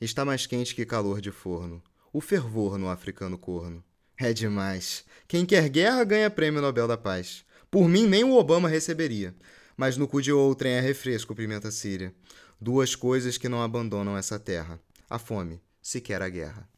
Está mais quente que calor de forno. O fervor no africano corno. É demais. Quem quer guerra ganha prêmio Nobel da Paz. Por mim, nem o Obama receberia. Mas no cu de outrem é refresco, pimenta síria. Duas coisas que não abandonam essa terra. A fome, sequer a guerra.